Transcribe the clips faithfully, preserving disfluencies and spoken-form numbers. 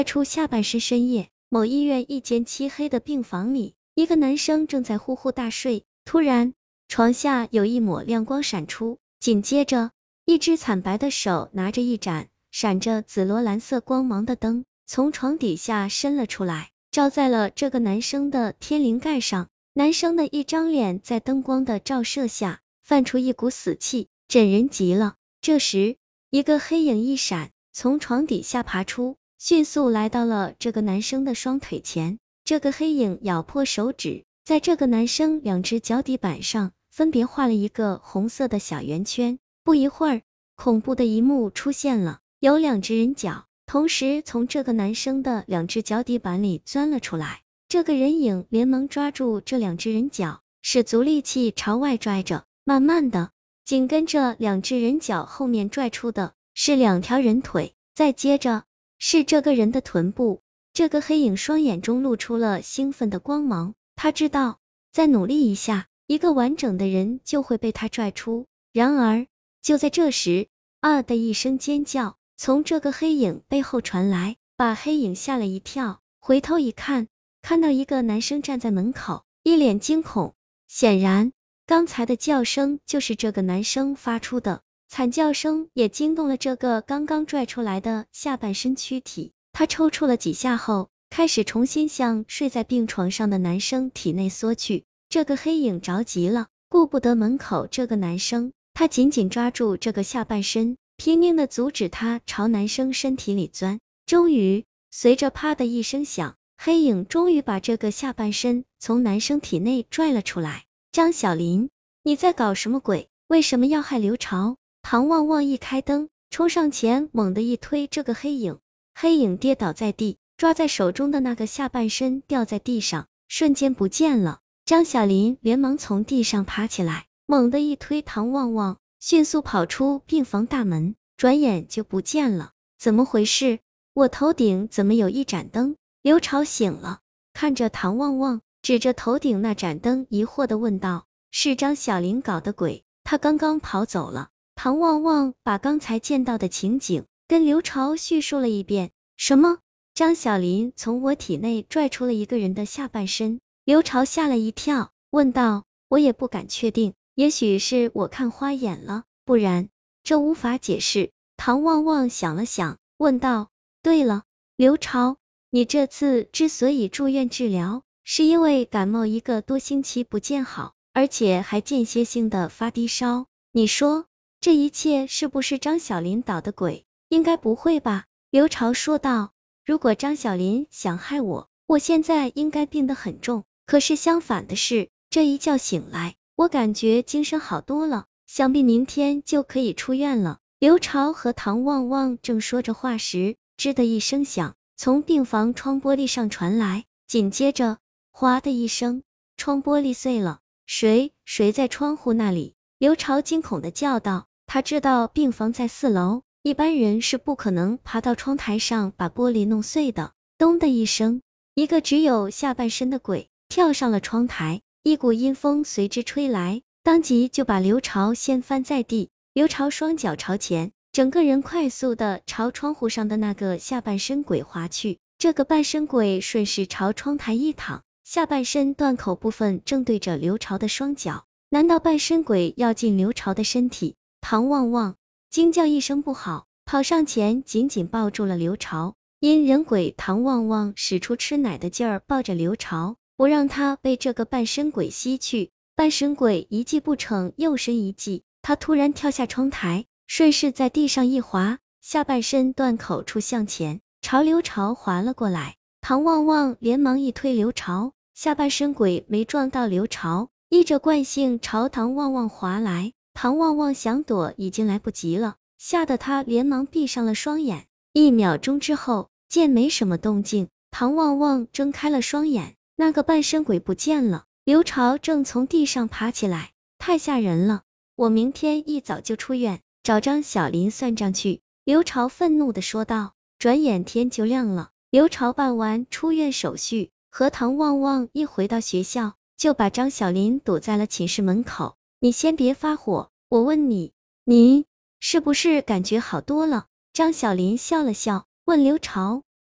出下半身。深夜，某医院一间漆黑的病房里，一个男生正在呼呼大睡，突然床下有一抹亮光闪出，紧接着一只惨白的手拿着一盏闪着紫罗兰色光芒的灯，从床底下伸了出来，照在了这个男生的天灵盖上。男生的一张脸在灯光的照射下泛出一股死气，瘆人极了。这时，一个黑影一闪，从床底下爬出，迅速来到了这个男生的双腿前。这个黑影咬破手指，在这个男生两只脚底板上分别画了一个红色的小圆圈。不一会儿，恐怖的一幕出现了，有两只人脚同时从这个男生的两只脚底板里钻了出来。这个人影连忙抓住这两只人脚，使足力气朝外拽着，慢慢的，紧跟着两只人脚后面拽出的是两条人腿，再接着是这个人的臀部。这个黑影双眼中露出了兴奋的光芒，他知道再努力一下，一个完整的人就会被他拽出。然而就在这时，啊的一声尖叫从这个黑影背后传来，把黑影吓了一跳，回头一看，看到一个男生站在门口，一脸惊恐。显然刚才的叫声就是这个男生发出的，惨叫声也惊动了这个刚刚拽出来的下半身躯体。他抽搐了几下后，开始重新向睡在病床上的男生体内缩去。这个黑影着急了，顾不得门口这个男生，他紧紧抓住这个下半身，拼命的阻止他朝男生身体里钻。终于，随着啪的一声响，黑影终于把这个下半身从男生体内拽了出来。张小林，你在搞什么鬼？为什么要害刘朝？唐旺旺一开灯，冲上前猛地一推这个黑影，黑影跌倒在地，抓在手中的那个下半身掉在地上，瞬间不见了。张小林连忙从地上爬起来，猛地一推唐旺旺，迅速跑出病房大门，转眼就不见了。怎么回事？我头顶怎么有一盏灯？刘朝醒了，看着唐旺旺，指着头顶那盏灯疑惑的问道。是张小林搞的鬼，他刚刚跑走了。唐旺旺把刚才见到的情景跟刘朝叙述了一遍。什么？张小林从我体内拽出了一个人的下半身？刘朝吓了一跳，问道。我也不敢确定，也许是我看花眼了，不然这无法解释。唐旺旺想了想，问道。对了，刘朝，你这次之所以住院治疗，是因为感冒一个多星期不见好，而且还间歇性的发低烧，你说这一切是不是张小林捣的鬼？应该不会吧？刘朝说道。如果张小林想害我，我现在应该病得很重，可是相反的是，这一觉醒来，我感觉精神好多了，想必明天就可以出院了。刘朝和唐旺旺正说着话时，吱的一声响从病房窗玻璃上传来，紧接着哗的一声，窗玻璃碎了。谁谁在窗户那里？刘朝惊恐的叫道。他知道病房在四楼，一般人是不可能爬到窗台上把玻璃弄碎的。咚的一声，一个只有下半身的鬼跳上了窗台，一股阴风随之吹来，当即就把刘朝掀翻在地。刘朝双脚朝前，整个人快速的朝窗户上的那个下半身鬼滑去。这个半身鬼顺势朝窗台一躺，下半身断口部分正对着刘朝的双脚。难道半身鬼要进刘朝的身体？唐旺旺惊叫一声不好，跑上前紧紧抱住了刘朝。阴人鬼唐旺旺使出吃奶的劲儿抱着刘朝，不让他被这个半身鬼吸去。半身鬼一计不成又生一计，他突然跳下窗台，顺势在地上一滑，下半身断口处向前朝刘朝滑了过来。唐旺旺连忙一推刘朝，下半身鬼没撞到刘朝，依着惯性朝唐旺旺滑来。唐旺旺想躲已经来不及了，吓得他连忙闭上了双眼。一秒钟之后，见没什么动静，唐旺旺睁开了双眼，那个半身鬼不见了。刘朝正从地上爬起来，太吓人了，我明天一早就出院，找张小林算账去。刘朝愤怒地说道。转眼天就亮了，刘朝办完出院手续，和唐旺旺一回到学校，就把张小林堵在了寝室门口。你先别发火，我问你，你是不是感觉好多了？张小林笑了笑，问刘朝。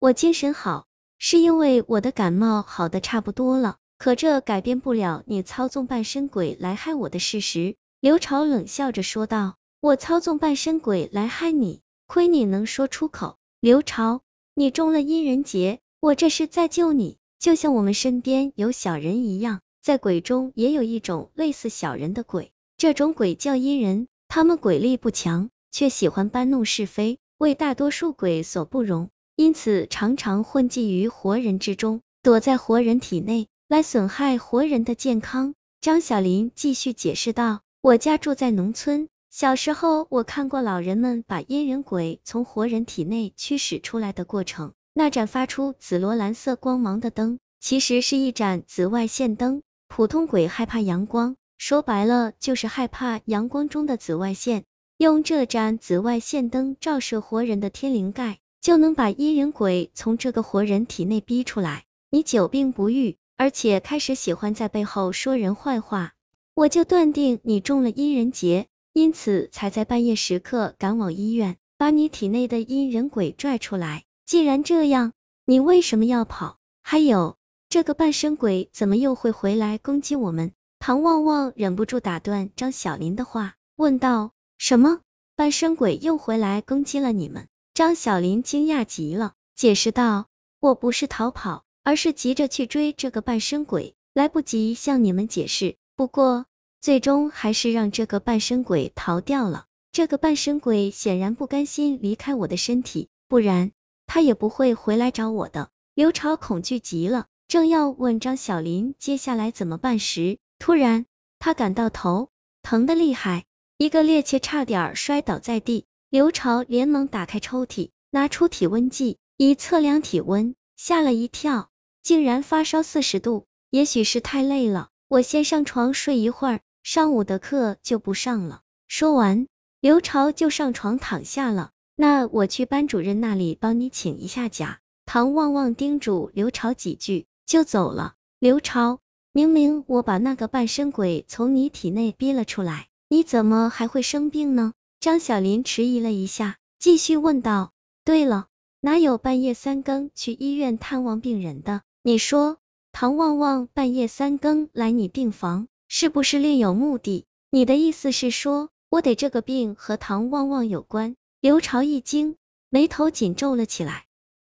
我精神好，是因为我的感冒好的差不多了，可这改变不了你操纵半身鬼来害我的事实。刘朝冷笑着说道，我操纵半身鬼来害你，亏你能说出口。刘朝，你中了阴人劫，我这是在救你，就像我们身边有小人一样，在鬼中也有一种类似小人的鬼，这种鬼叫阴人，他们鬼力不强，却喜欢搬弄是非，为大多数鬼所不容，因此常常混迹于活人之中，躲在活人体内，来损害活人的健康。张小林继续解释道，我家住在农村，小时候我看过老人们把阴人鬼从活人体内驱使出来的过程，那盏发出紫罗兰色光芒的灯，其实是一盏紫外线灯。普通鬼害怕阳光，说白了就是害怕阳光中的紫外线，用这盏紫外线灯照射活人的天灵盖，就能把阴人鬼从这个活人体内逼出来。你久病不愈，而且开始喜欢在背后说人坏话，我就断定你中了阴人劫，因此才在半夜时刻赶往医院，把你体内的阴人鬼拽出来。既然这样，你为什么要跑？还有，这个半身鬼怎么又会回来攻击我们？唐旺旺忍不住打断张小林的话，问道，什么？半身鬼又回来攻击了你们？张小林惊讶极了，解释道，我不是逃跑，而是急着去追这个半身鬼，来不及向你们解释，不过最终还是让这个半身鬼逃掉了。这个半身鬼显然不甘心离开我的身体，不然他也不会回来找我的。刘朝恐惧极了，正要问张小林接下来怎么办时，突然他感到头疼的厉害，一个趔趄差点摔倒在地。刘朝连忙打开抽屉，拿出体温计，以测量体温，吓了一跳，竟然发烧四十度，也许是太累了，我先上床睡一会儿，上午的课就不上了。说完，刘朝就上床躺下了。那我去班主任那里帮你请一下假。唐旺旺叮嘱刘朝几句，就走了。刘朝，明明我把那个半身鬼从你体内逼了出来，你怎么还会生病呢？张小林迟疑了一下，继续问道，对了，哪有半夜三更去医院探望病人的？你说唐旺旺半夜三更来你病房，是不是另有目的？你的意思是说，我得这个病和唐旺旺有关？刘朝一惊，眉头紧皱了起来。